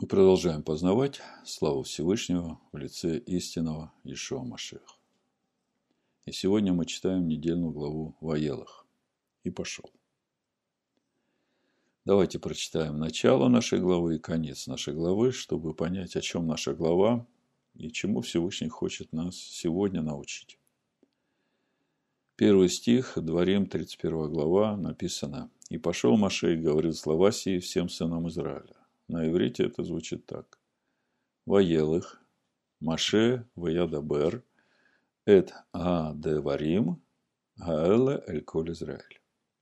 Мы продолжаем познавать славу Всевышнего в лице истинного Иешуа Машиаха. И сегодня мы читаем недельную главу Ваелах. И пошел. Давайте прочитаем начало нашей главы и конец нашей главы, чтобы понять, о чем наша глава и чему Всевышний хочет нас сегодня научить. Первый стих, Дворим, 31 глава, написано: «И пошел Моше и говорил слова сии всем сынам Израиля». На иврите это звучит так: «Ваелых, Моше ваядабер, эт га-деварим, гаэле эль-коль Израиль».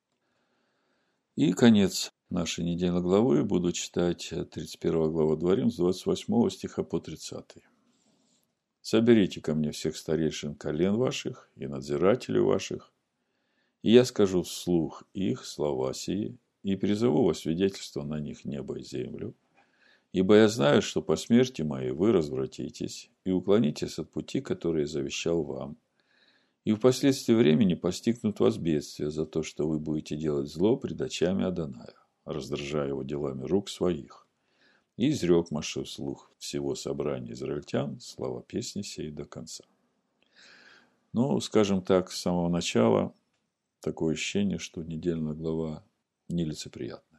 И конец нашей недельной главы буду читать 31 глава Дворим с 28 стиха по 30. «Соберите ко мне всех старейшин колен ваших и надзирателей ваших, и я скажу вслух их слова сии, и призову во свидетельство на них небо и землю, ибо я знаю, что по смерти моей вы развратитесь и уклонитесь от пути, который я завещал вам, и впоследствии времени постигнут вас бедствия за то, что вы будете делать зло пред очами Адоная, раздражая его делами рук своих». И изрек Моше вслух всего собрания израильтян слова песни сей до конца. Ну, скажем так, с самого начала такое ощущение, что недельная глава нелицеприятная.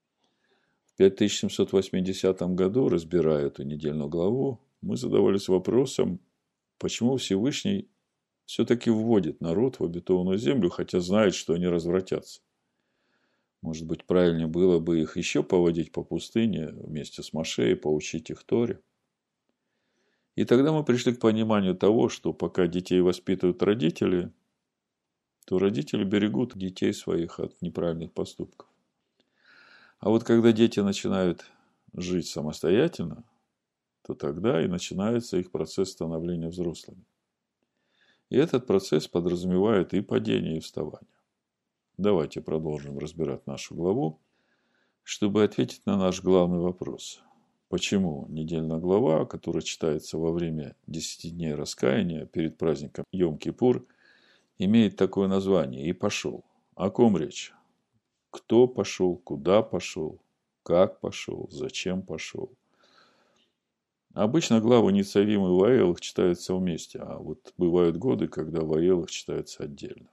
В 5780 году, разбирая эту недельную главу, мы задавались вопросом, почему Всевышний все-таки вводит народ в обетованную землю, хотя знает, что они развратятся. Может быть, правильнее было бы их еще поводить по пустыне вместе с Моше и поучить их Торе. И тогда мы пришли к пониманию того, что пока детей воспитывают родители, то родители берегут детей своих от неправильных поступков. А вот когда дети начинают жить самостоятельно, то тогда и начинается их процесс становления взрослыми. И этот процесс подразумевает и падение, и вставание. Давайте продолжим разбирать нашу главу, чтобы ответить на наш главный вопрос. Почему недельная глава, которая читается во время 10 дней раскаяния перед праздником Йом-Кипур, имеет такое название «И пошел»? О ком речь? Кто пошел? Куда пошел? Как пошел? Зачем пошел? Обычно главы Ницавим и Ваелах читаются вместе, а вот бывают годы, когда Ваелах читается отдельно.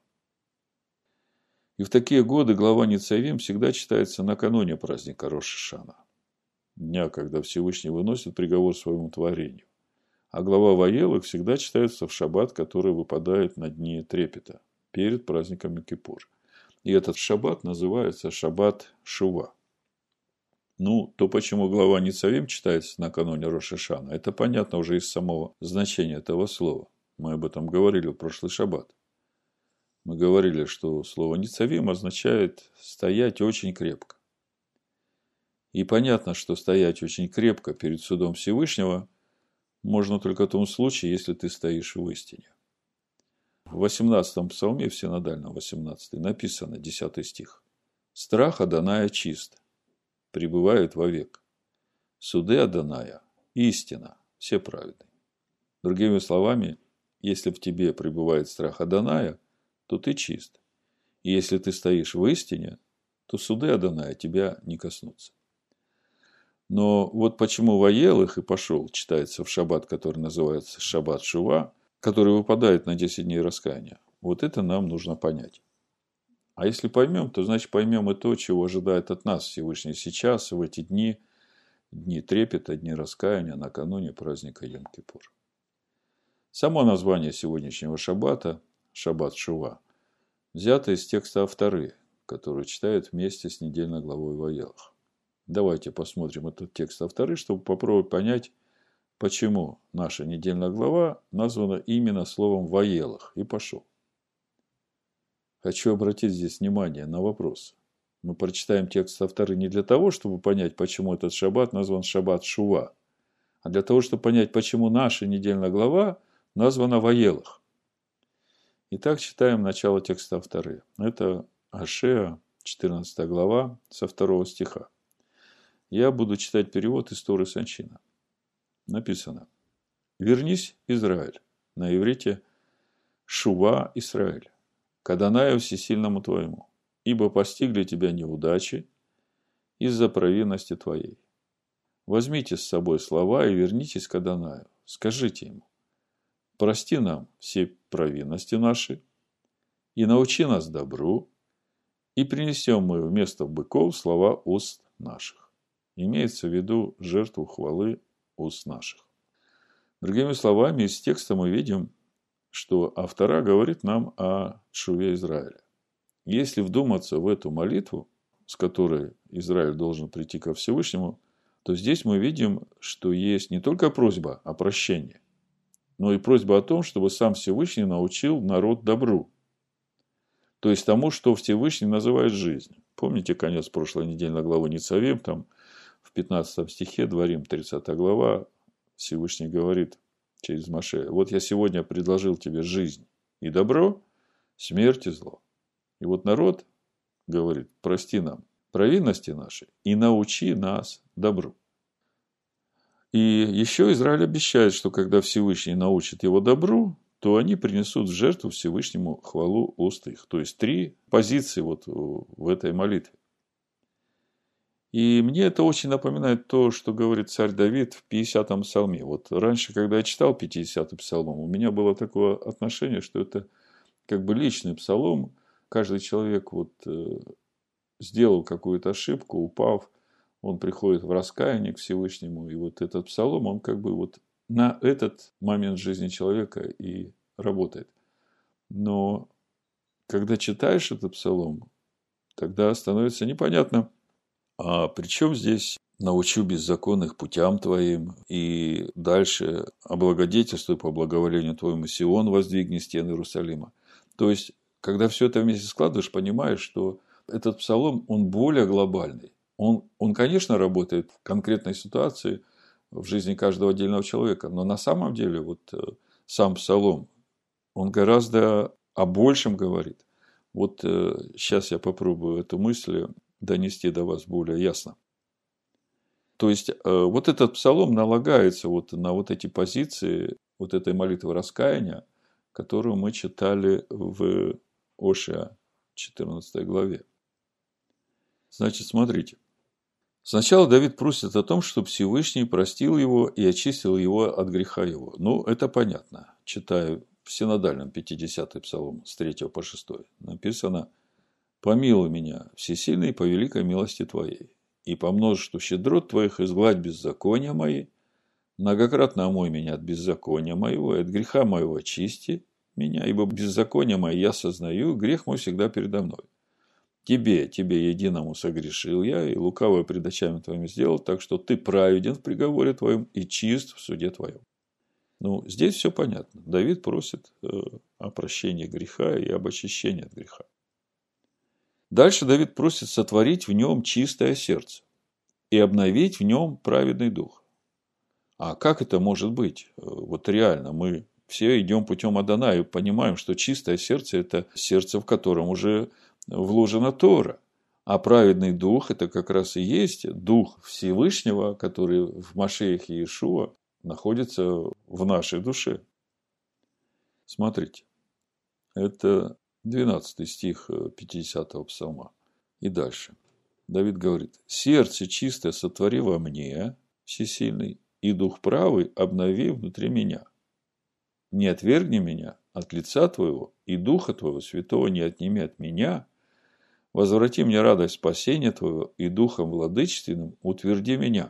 И в такие годы глава Ницавим всегда читается накануне праздника Рош-ха-Шана, дня, когда Всевышний выносит приговор своему творению. А глава Ваелах всегда читается в шаббат, который выпадает на дни трепета, перед праздником Йом-Кипур. И этот шаббат называется шаббат Шува. Ну, то, почему глава Ницавим читается накануне Рош-ха-Шана, это понятно уже из самого значения этого слова. Мы об этом говорили в прошлый шаббат. Мы говорили, что слово «ницавим» означает «стоять очень крепко». И понятно, что стоять очень крепко перед судом Всевышнего можно только в том случае, если ты стоишь в истине. В 18-м псалме, в синодальном 18 написано, 10 стих: «Страх Адоная чист, пребывает вовек. Суды Адоная – истина, все праведны». Другими словами, если в тебе пребывает страх Адоная, то ты чист. И если ты стоишь в истине, то суды Адоная тебя не коснутся. Но вот почему Ваелах и пошел читается в шаббат, который называется шаббат Шува, который выпадает на 10 дней раскаяния. Вот это нам нужно понять. А если поймем, то значит поймем и то, чего ожидает от нас Всевышний сейчас, в эти дни, дни трепета, дни раскаяния, накануне праздника Йом-Кипур. Само название сегодняшнего шаббата, шаббат Шува, взято из текста Авторы, который читает вместе с недельной главой Ваелах. Давайте посмотрим этот текст Авторы, чтобы попробовать понять, почему наша недельная глава названа именно словом «Ваелах» и «пошел». Хочу обратить здесь внимание на вопрос. Мы прочитаем текст Авторы не для того, чтобы понять, почему этот шаббат назван шаббат Шува, а для того, чтобы понять, почему наша недельная глава названа «Ваелах». Итак, читаем начало текста Авторы. Это Ашея, 14 глава, со 2 стиха. Я буду читать перевод из Торы Санчина. Написано: «Вернись, Израиль». На иврите «Шува Исраиль, к Адонаю всесильному твоему, ибо постигли тебя неудачи из-за провинности твоей. возьмите с собой слова и вернитесь к Адонаю. Скажите ему: прости нам все провинности наши и научи нас добру, и принесем мы вместо быков слова уст наших. Имеется в виду жертву хвалы уст наших. Другими словами, из текста мы видим, что автора говорит нам о тшуве Израиля. Если вдуматься в эту молитву, с которой Израиль должен прийти ко Всевышнему, то здесь мы видим, что есть не только просьба о прощении, но и просьба о том, чтобы сам Всевышний научил народ добру. То есть тому, что Всевышний называет жизнью. Помните конец прошлой недельной главы Ницавим, там в 15 стихе, Дворим, 30 глава, Всевышний говорит через Моше: вот я сегодня предложил тебе жизнь и добро, смерть и зло. И вот народ говорит: прости нам провинности наши и научи нас добру. И еще Израиль обещает, что когда Всевышний научит его добру, то они принесут в жертву Всевышнему хвалу уст их. То есть 3 позиции вот в этой молитве. И мне это очень напоминает то, что говорит царь Давид в 50-м псалме. Вот раньше, когда я читал 50-й псалом, у меня было такое отношение, что это как бы личный псалом. Каждый человек вот сделал какую-то ошибку, упав, он приходит в раскаяние к Всевышнему. И вот этот псалом, он как бы вот на этот момент жизни человека и работает. Но когда читаешь этот псалом, тогда становится непонятно, а при чем здесь научу беззаконных путям твоим, и дальше облагодетельствуй по благоволению твоему Сион воздвигни стены Иерусалима. То есть, когда все это вместе складываешь, понимаешь, что этот псалом, он более глобальный. Он, конечно, работает в конкретной ситуации в жизни каждого отдельного человека, но на самом деле вот сам псалом, он гораздо о большем говорит. Вот сейчас я попробую эту мысль донести до вас более ясно. То есть, вот этот псалом налагается вот на вот эти позиции вот этой молитвы раскаяния, которую мы читали в Ошия 14 главе. Значит, смотрите. Сначала Давид просит о том, чтобы Всевышний простил его и очистил его от греха его. Ну, это понятно. Читаю в синодальном 50-й псалом с 3 по 6. Написано: «Помилуй меня, всесильный, по великой милости твоей, и по множеству щедрот твоих изгладь беззакония мои, многократно омой меня от беззакония моего, и от греха моего очисти меня, ибо беззаконие мое я сознаю, грех мой всегда передо мной. Тебе единому согрешил я, и лукавое пред очами твоими сделал, так что ты праведен в приговоре твоем и чист в суде твоем». Ну, здесь все понятно. Давид просит о прощении греха и об очищении от греха. Дальше Давид просит сотворить в нем чистое сердце и обновить в нем праведный дух. А как это может быть? Вот реально, мы все идем путем Адоная и понимаем, что чистое сердце – это сердце, в котором уже вложена Тора. А праведный дух – это как раз и есть дух Всевышнего, который в Машиахе Иешуа находится в нашей душе. Смотрите, это 12 стих 50-го псалма. И дальше. Давид говорит: «Сердце чистое сотвори во мне, всесильный, и дух правый обнови внутри меня. Не отвергни меня от лица твоего, и духа твоего святого не отними от меня. Возврати мне радость спасения твоего, и духом владычественным утверди меня».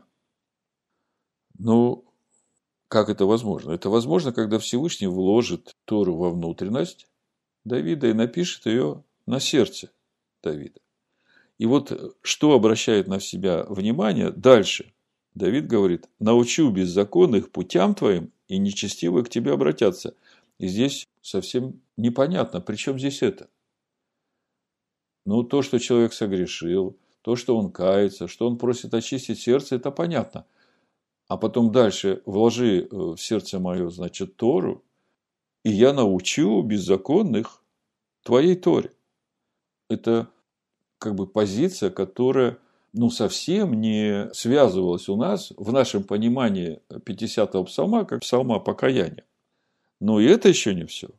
Ну, как это возможно? Это возможно, когда Всевышний вложит Тору во внутренность Давида и напишет ее на сердце Давида. И вот что обращает на себя внимание дальше. Давид говорит: «Научу беззаконных путям твоим, и нечестивые к тебе обратятся». И здесь совсем непонятно, при чем здесь это. Ну, то, что человек согрешил, то, что он кается, что он просит очистить сердце, это понятно. А потом дальше: «Вложи в сердце мое, значит, Тору, и я научу беззаконных твоей Торе». Это как бы позиция, которая совсем не связывалась у нас в нашем понимании 50-го псалма, как псалма покаяния. Но и это еще не все.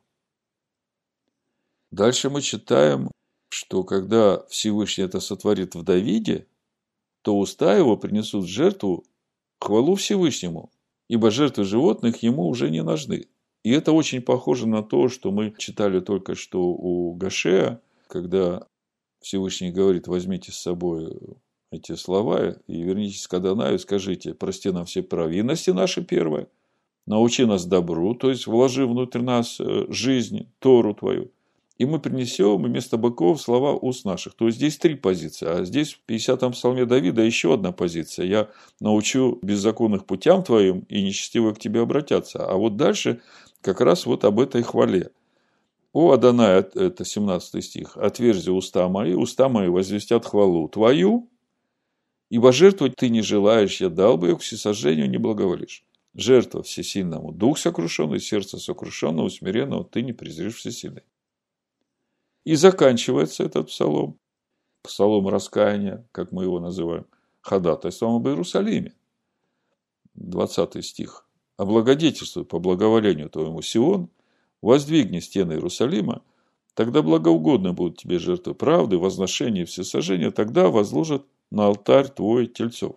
Дальше мы читаем, что когда Всевышний это сотворит в Давиде, то уста его принесут в жертву хвалу Всевышнему, ибо жертвы животных ему уже не нужны. И это очень похоже на то, что мы читали только что у Гошея, когда Всевышний говорит: возьмите с собой эти слова и вернитесь к Адонаю и скажите: прости нам все провинности наши первые, научи нас добру, то есть вложи внутрь нас жизнь, Тору твою, и мы принесем вместо быков слова уст наших. То есть здесь 3 позиции, а здесь в 50-м псалме Давида еще одна позиция. Я научу беззаконных путям твоим, и нечестивые к тебе обратятся. А вот дальше как раз вот об этой хвале. О, Адонай, это 17 стих, отверзи уста мои возвестят хвалу твою, ибо жертвовать ты не желаешь, я дал бы их всесожжению, не благоволишь. Жертва всесильному, дух сокрушенный, сердце сокрушенного, смиренного ты не презришь всесильный. И заканчивается этот псалом, псалом раскаяния, как мы его называем, ходатайством об Иерусалиме. 20 стих. Облагодетельствуй по благоволению твоему Сион, воздвигни стены Иерусалима, тогда благоугодны будут тебе жертвы правды, возношения и всесожжения, тогда возложат на алтарь твой тельцов.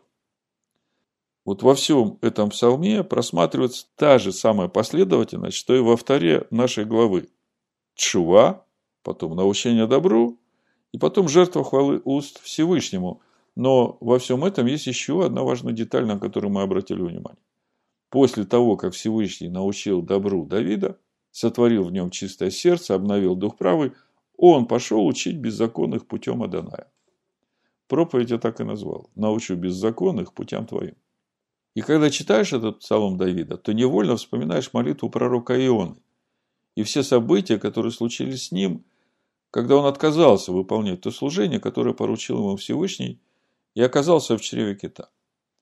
Вот во всем этом псалме просматривается та же самая последовательность, что и во вторе нашей главы. Тшува, потом научение добру, и потом жертва хвалы уст Всевышнему. Но во всем этом есть еще одна важная деталь, на которую мы обратили внимание. После того, как Всевышний научил добру Давида, сотворил в нем чистое сердце, обновил дух правый, он пошел учить беззаконных путем Адоная. Проповедь я так и назвал: научу беззаконных путям твоим. И когда читаешь этот псалом Давида, то невольно вспоминаешь молитву пророка Ионы и все события, которые случились с ним, когда он отказался выполнять то служение, которое поручил ему Всевышний, и оказался в чреве кита.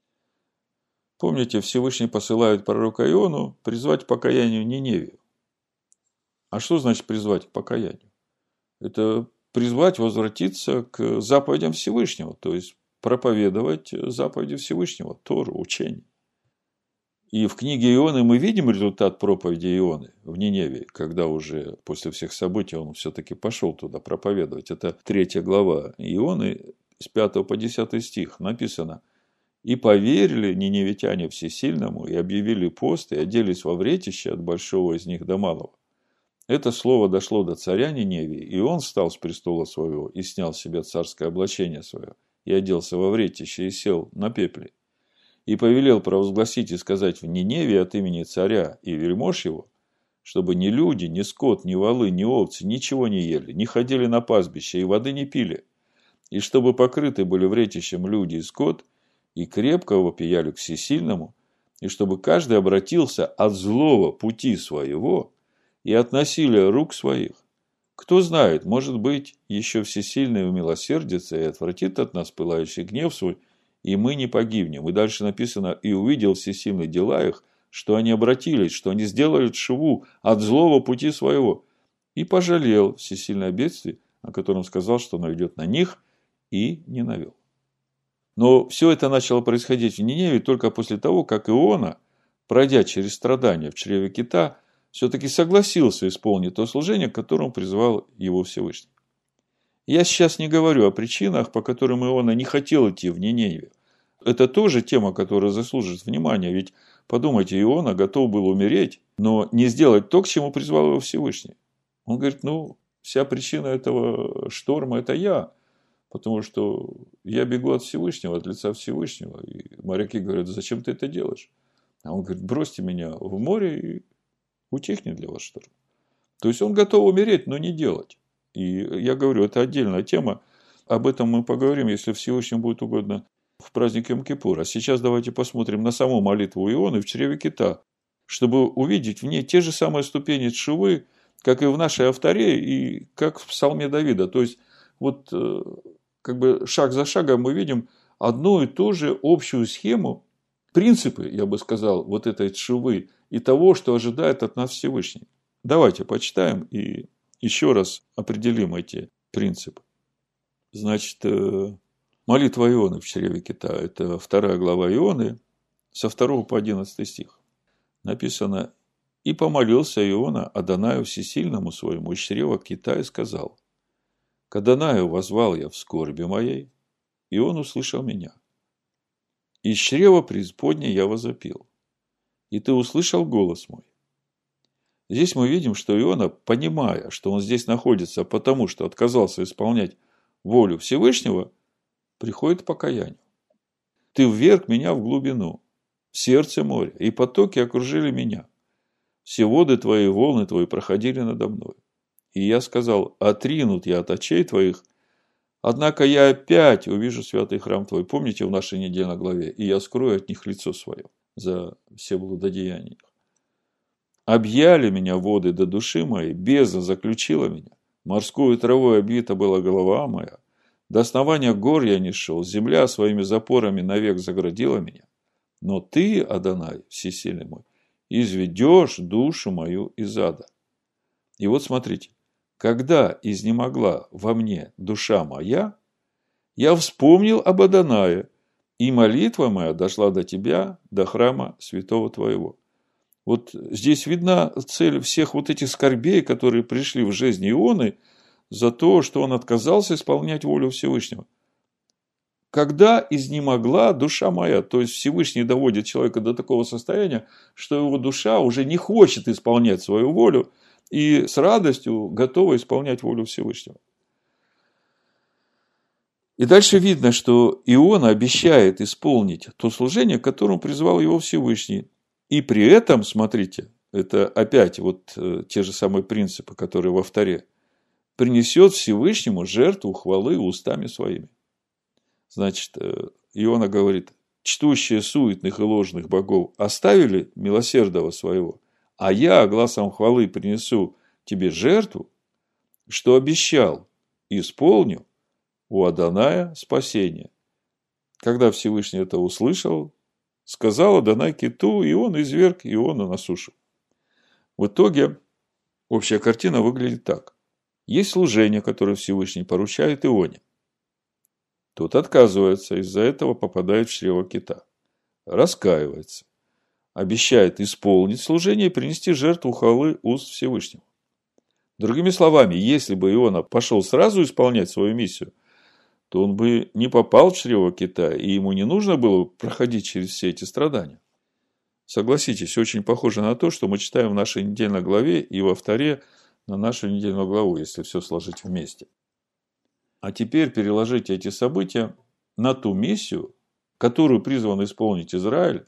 Помните, Всевышний посылает пророка Иону призвать к покаянию Ниневию. А что значит призвать к покаянию? Это призвать возвратиться к заповедям Всевышнего, то есть проповедовать заповеди Всевышнего, Тору, учение. И в книге Ионы мы видим результат проповеди Ионы в Ниневии, когда уже после всех событий он все-таки пошел туда проповедовать. Это 3 глава Ионы, с 5 по 10 стих написано: «И поверили ниневитяне всесильному, и объявили пост, и оделись во вретище от большого из них до малого. Это слово дошло до царя Ниневии, и он встал с престола своего, и снял с себя царское облачение свое, и оделся во вретище, и сел на пепле. И повелел провозгласить и сказать в Ниневии от имени царя и вельмож его, чтобы ни люди, ни скот, ни волы, ни овцы ничего не ели, не ходили на пастбище и воды не пили, и чтобы покрыты были вретищем люди и скот, и крепко вопияли к всесильному, и чтобы каждый обратился от злого пути своего и от насилия рук своих. Кто знает, может быть, еще всесильный умилосердится и отвратит от нас пылающий гнев свой, и мы не погибнем». И дальше написано: «И увидел всесильный дела их, что они обратились, что они сделали тшуву от злого пути своего, и пожалел всесильное бедствие, о котором сказал, что наведет на них, и не навел». Но все это начало происходить в Ниневии только после того, как Иона, пройдя через страдания в чреве кита, все-таки согласился исполнить то служение, к которому призвал его Всевышний. Я сейчас не говорю о причинах, по которым Иона не хотел идти в Ниневию. Это тоже тема, которая заслуживает внимания, ведь подумайте, Иона готов был умереть, но не сделать то, к чему призвал его Всевышний. Он говорит: вся причина этого шторма – это я, потому что я бегу от Всевышнего, от лица Всевышнего. И моряки говорят: зачем ты это делаешь? А он говорит: бросьте меня в море, и утихнет для вас шторм. То есть он готов умереть, но не делать. И я говорю, это отдельная тема. Об этом мы поговорим, если Всевышнему будет угодно, в праздник Йом-Кипур. А сейчас давайте посмотрим на саму молитву Ионы в чреве кита, чтобы увидеть в ней те же самые ступени тшувы, как и в нашей авторе, и как в псалме Давида. То есть, вот как бы шаг за шагом мы видим одну и ту же общую схему, принципы, я бы сказал, вот этой тшувы и того, что ожидает от нас Всевышний. Давайте почитаем и еще раз определим эти принципы. Значит, молитва Ионы в чреве кита – это 2 глава Ионы, со 2 по 11 стих. Написано: «И помолился Иона Адонаю всесильному своему из чрева кита и сказал: к Адонаю воззвал я в скорби моей, и он услышал меня. Из чрева преисподней я возопил, и ты услышал голос мой. Здесь мы видим, что Иона, понимая, что он здесь находится, потому что отказался исполнять волю Всевышнего, приходит к покаянию. Ты вверг меня в глубину, в сердце моря, и потоки окружили меня. Все воды твои и волны твои проходили надо мной. И я сказал, отринут я от очей твоих, однако я опять увижу святый храм твой. Помните в нашей недельной главе? И я скрою от них лицо свое за все блудодеяния. Объяли меня воды до души моей, бездна заключила меня. Морскую травой обвита была голова моя. До основания гор я не шел, земля своими запорами навек заградила меня. Но ты, Адонай, всесильный мой, изведешь душу мою из ада. И вот смотрите, когда изнемогла во мне душа моя, я вспомнил об Адонае, и молитва моя дошла до тебя, до храма святого твоего. Вот здесь видна цель всех вот этих скорбей, которые пришли в жизнь Ионы за то, что он отказался исполнять волю Всевышнего. Когда изнемогла душа моя, то есть Всевышний доводит человека до такого состояния, что его душа уже не хочет исполнять свою волю и с радостью готова исполнять волю Всевышнего. И дальше видно, что Иона обещает исполнить то служение, к которому призвал его Всевышний. И при этом, смотрите, это опять вот те же самые принципы, которые во вторе, принесет Всевышнему жертву хвалы устами своими. Значит, Иона говорит, чтущие суетных и ложных богов оставили милосердного своего, а я гласом хвалы принесу тебе жертву, что обещал, исполню у Адоная спасение. Когда Всевышний это услышал, сказал Адонай киту, и он изверг Иону на сушу. В итоге общая картина выглядит так. Есть служение, которое Всевышний поручает Ионе. Тот отказывается, из-за этого попадает в чрево кита. Раскаивается. Обещает исполнить служение и принести жертву хвалы уст Всевышнего. Другими словами, если бы Иона пошел сразу исполнять свою миссию, то он бы не попал в чрево кита, и ему не нужно было проходить через все эти страдания. Согласитесь, очень похоже на то, что мы читаем в нашей недельной главе и во вторе на нашу недельную главу, если все сложить вместе. А теперь переложите эти события на ту миссию, которую призван исполнить Израиль,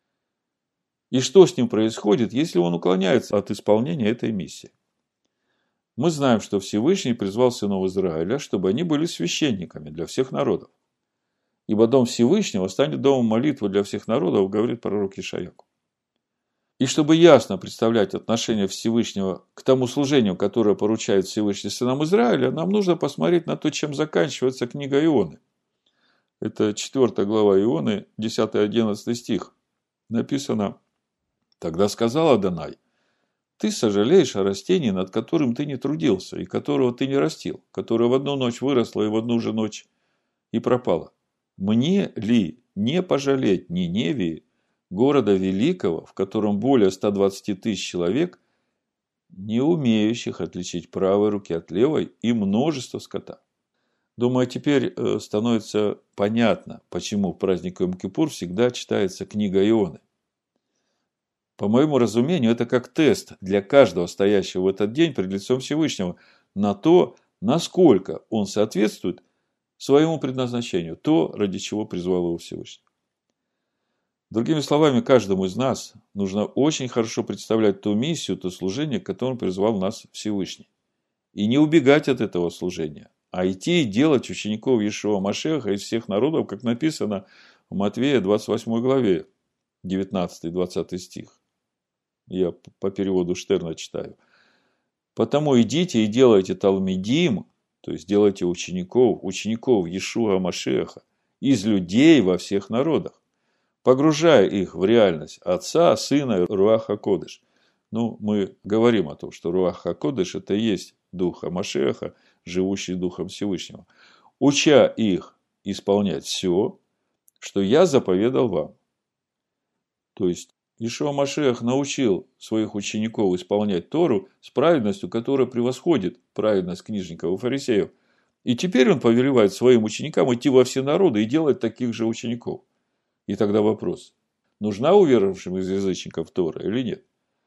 и что с ним происходит, если он уклоняется от исполнения этой миссии. Мы знаем, что Всевышний призвал сынов Израиля, чтобы они были священниками для всех народов. Ибо дом Всевышнего станет домом молитвы для всех народов, говорит пророк Ишаяку. И чтобы ясно представлять отношение Всевышнего к тому служению, которое поручает Всевышний сынам Израиля, нам нужно посмотреть на то, чем заканчивается книга Ионы. Это 4 глава Ионы, 10-11 стих. Написано: «Тогда сказал Адонай: ты сожалеешь о растении, над которым ты не трудился, и которого ты не растил, которое в одну ночь выросло и в одну же ночь и пропало. Мне ли не пожалеть Ниневии, города великого, в котором более 120 тысяч человек, не умеющих отличить правой руки от левой, и множество скота?» Думаю, теперь становится понятно, почему в праздник Йом-Кипур всегда читается книга Ионы. По моему разумению, это как тест для каждого стоящего в этот день пред лицом Всевышнего на то, насколько он соответствует своему предназначению, то, ради чего призвал его Всевышний. Другими словами, каждому из нас нужно очень хорошо представлять ту миссию, то служение, к которому призвал нас Всевышний. И не убегать от этого служения, а идти и делать учеников Иешуа Машеха из всех народов, как написано в Матвея 28 главе, 19-20 стих. Я по переводу Штерна читаю. «Потому идите и делайте талмидим», то есть делайте учеников Иешуа Машеха, из людей во всех народах, погружая их в реальность Отца, Сына и Руах ха-Кодеш. Мы говорим о том, что Руах ха-Кодеш – это и есть Дух Машеха, живущий Духом Всевышнего, уча их исполнять все, что я заповедал вам. То есть Иешуа Машех научил своих учеников исполнять Тору с праведностью, которая превосходит праведность книжников и фарисеев. И теперь он повелевает своим ученикам идти во все народы и делать таких же учеников. И тогда вопрос, нужна уверовавшим из язычников Тора или нет?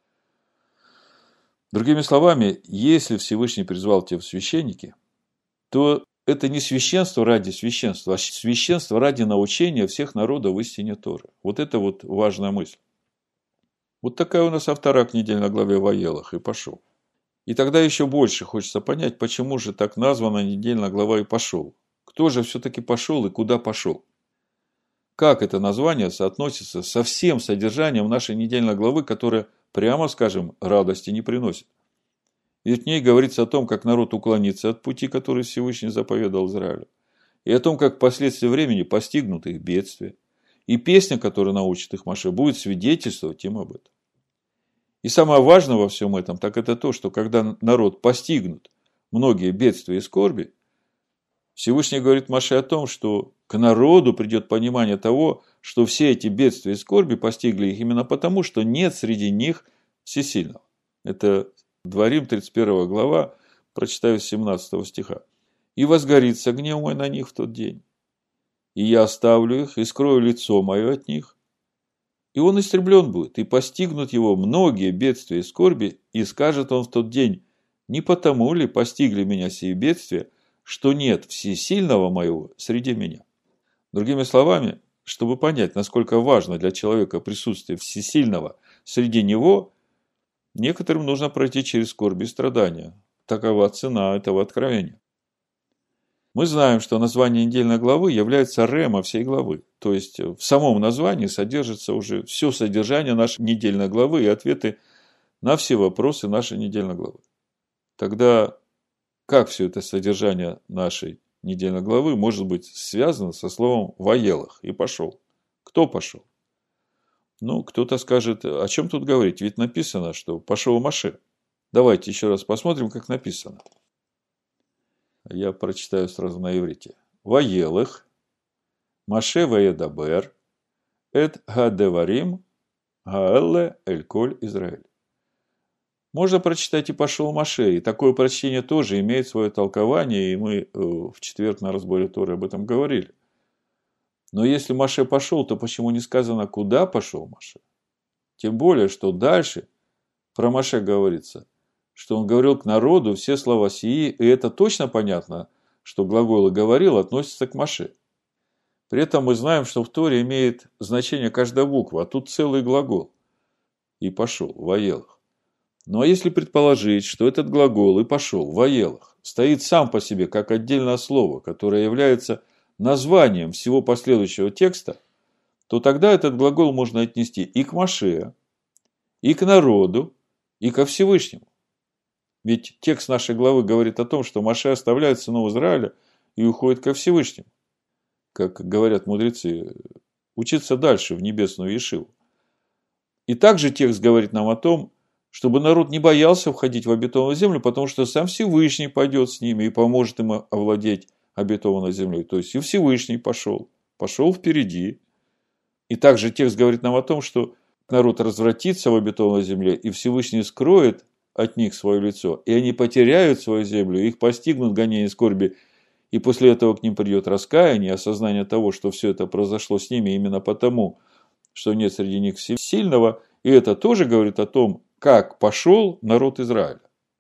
Другими словами, если Всевышний призвал тебя в священники, то это не священство ради священства, а священство ради научения всех народов истине Торы. Вот это вот важная мысль. Вот такая у нас авторак недельной главе Ваелах, и пошел. И тогда еще больше хочется понять, почему же так названа недельная глава и пошел. Кто же все-таки пошел и куда пошел? Как это название соотносится со всем содержанием нашей недельной главы, которая, прямо скажем, радости не приносит? Ведь в ней говорится о том, как народ уклонится от пути, который Всевышний заповедал Израилю, и о том, как впоследствии времени постигнут их бедствия. И песня, которая научит их Моше, будет свидетельствовать им об этом. И самое важное во всем этом, так это то, что когда народ постигнут многие бедствия и скорби, Всевышний говорит Моше о том, что к народу придет понимание того, что все эти бедствия и скорби постигли их именно потому, что нет среди них всесильного. Это Дворим, 31 глава, прочитаю с 17 стиха. «И возгорится гнев мой на них в тот день, и я оставлю их, и скрою лицо мое от них, и он истреблен будет, и постигнут его многие бедствия и скорби, и скажет он в тот день, не потому ли постигли меня сии бедствия, что нет всесильного моего среди меня». Другими словами, чтобы понять, насколько важно для человека присутствие всесильного среди него, некоторым нужно пройти через скорби и страдания. Такова цена этого откровения. Мы знаем, что название недельной главы является рема всей главы. То есть, в самом названии содержится уже все содержание нашей недельной главы и ответы на все вопросы нашей недельной главы. Тогда как все это содержание нашей недельной главы может быть связано со словом «Ваелах» и «пошел»? Кто пошел? Ну, кто-то скажет, о чем тут говорить? Ведь написано, что пошел Моше. Давайте еще раз посмотрим, как написано. Я прочитаю сразу на иврите. Ваелах, Моше ваедабер, эт гадеварим, гаэлле эль коль Израиль. Можно прочитать и пошел Моше, и такое прочтение тоже имеет свое толкование, и мы в четверг на разборе Торы об этом говорили. Но если Моше пошел, то почему не сказано, куда пошел Моше? Тем более, что дальше про Моше говорится, что он говорил к народу все слова сии, и это точно понятно, что глагол «и говорил» относится к Моше. При этом мы знаем, что в Торе имеет значение каждая буква, а тут целый глагол. И пошел, в Ваелах. Ну а если предположить, что этот глагол «и пошел», в Ваелах, стоит сам по себе как отдельное слово, которое является названием всего последующего текста, то тогда этот глагол можно отнести и к Моше, и к народу, и ко Всевышнему. Ведь текст нашей главы говорит о том, что Моше оставляет сынов Израиля и уходит ко Всевышнему. Как говорят мудрецы, учиться дальше в небесную Ешиву. И также текст говорит нам о том, чтобы народ не боялся входить в обетованную землю, потому что сам Всевышний пойдет с ними и поможет им овладеть обетованной землей. То есть и Всевышний пошел впереди. И также текст говорит нам о том, что народ развратится в обетованной земле, и Всевышний скроет от них свое лицо, и они потеряют свою землю, их постигнут гонения и скорби, и после этого к ним придет раскаяние, осознание того, что все это произошло с ними именно потому, что нет среди них всесильного, и это тоже говорит о том, как пошел народ Израиля.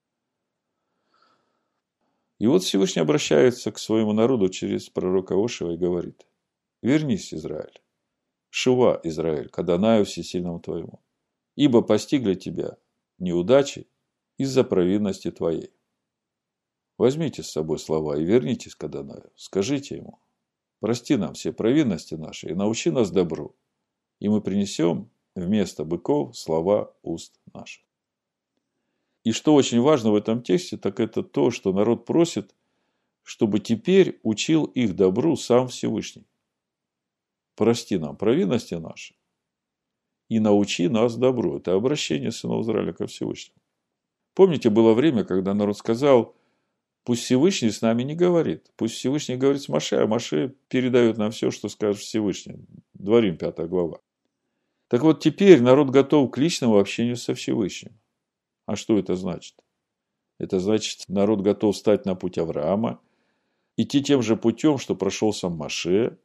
И вот Всевышний обращается к своему народу через пророка Ошева и говорит: «Вернись, Израиль, шува, Израиль, к Адонаю всесильному твоему, ибо постигли тебя неудачи из-за провинности твоей». Возьмите с собой слова и вернитесь к Адонаю, скажите ему: прости нам все провинности наши и научи нас добру, и мы принесем вместо быков слова уст наших. И что очень важно в этом тексте, так это то, что народ просит, чтобы теперь учил их добру сам Всевышний. Прости нам провинности наши и научи нас добру. Это обращение сынов Израиля ко Всевышнему. Помните, было время, когда народ сказал: пусть Всевышний с нами не говорит, пусть Всевышний говорит с Моше, а Моше передает нам все, что скажет Всевышний. Дворим, 5 глава. Так вот, теперь народ готов к личному общению со Всевышним. А что это значит? Это значит, народ готов встать на путь Авраама, идти тем же путем, что прошел сам Моше,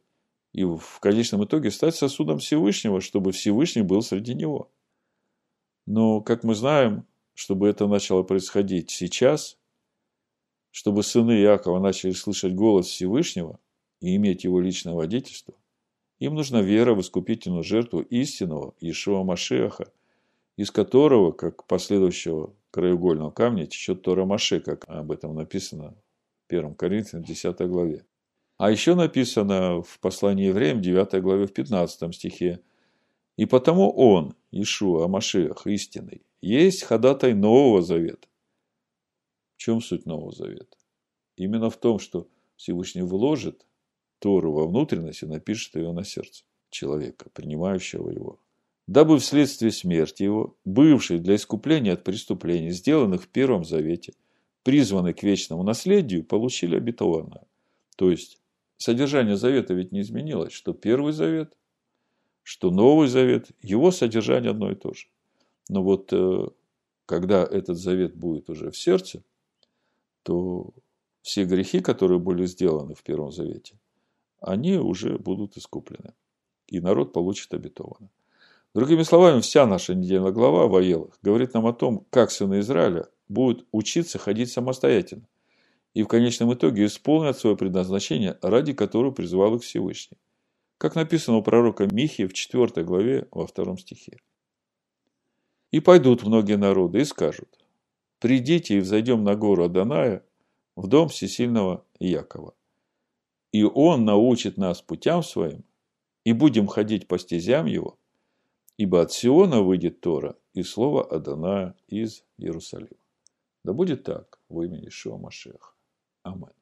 и в конечном итоге стать сосудом Всевышнего, чтобы Всевышний был среди него. Но, как мы знаем, чтобы это начало происходить сейчас, чтобы сыны Иакова начали слышать голос Всевышнего и иметь его личное водительство, им нужна вера в искупительную жертву истинного Иешуа Машиаха, из которого, как последующего краеугольного камня, течет Тора Моше, как об этом написано в 1 Коринфянам 10 главе. А еще написано в послании евреям 9 главе в 15 стихе: «И потому он, Иешуа Машиах, истинный, есть ходатай Нового Завета». В чем суть Нового Завета? Именно в том, что Всевышний вложит Тору во внутренность и напишет ее на сердце человека, принимающего его, дабы вследствие смерти его, бывший для искупления от преступлений, сделанных в Первом Завете, призванный к вечному наследию, получили обетованное. То есть, содержание Завета ведь не изменилось, что Первый Завет, что Новый Завет, его содержание одно и то же. Но вот когда этот завет будет уже в сердце, то все грехи, которые были сделаны в Первом Завете, они уже будут искуплены. И народ получит обетованное. Другими словами, вся наша недельная глава в Ваелах говорит нам о том, как сыны Израиля будут учиться ходить самостоятельно. И в конечном итоге исполнят свое предназначение, ради которого призвал их Всевышний. Как написано у пророка Михии в 4 главе во 2 стихе. «И пойдут многие народы и скажут: придите и взойдем на гору Адоная, в дом всесильного Иакова. И он научит нас путям своим, и будем ходить по стезям его, ибо от Сиона выйдет Тора и слово Адоная из Иерусалима». Да будет так во имя Иешуа Машиаха. Аминь.